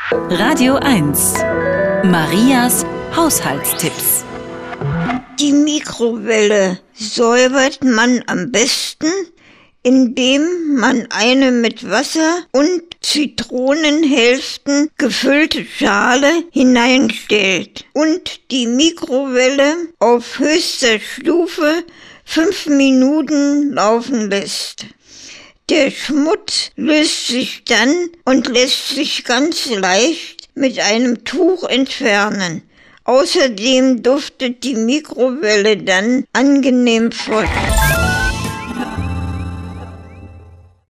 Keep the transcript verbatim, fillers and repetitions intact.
Radio eins. Marias Haushaltstipps. Die Mikrowelle säubert man am besten, indem man eine mit Wasser und Zitronenhälften gefüllte Schale hineinstellt und die Mikrowelle auf höchster Stufe fünf Minuten laufen lässt. Der Schmutz löst sich dann und lässt sich ganz leicht mit einem Tuch entfernen. Außerdem duftet die Mikrowelle dann angenehm frisch.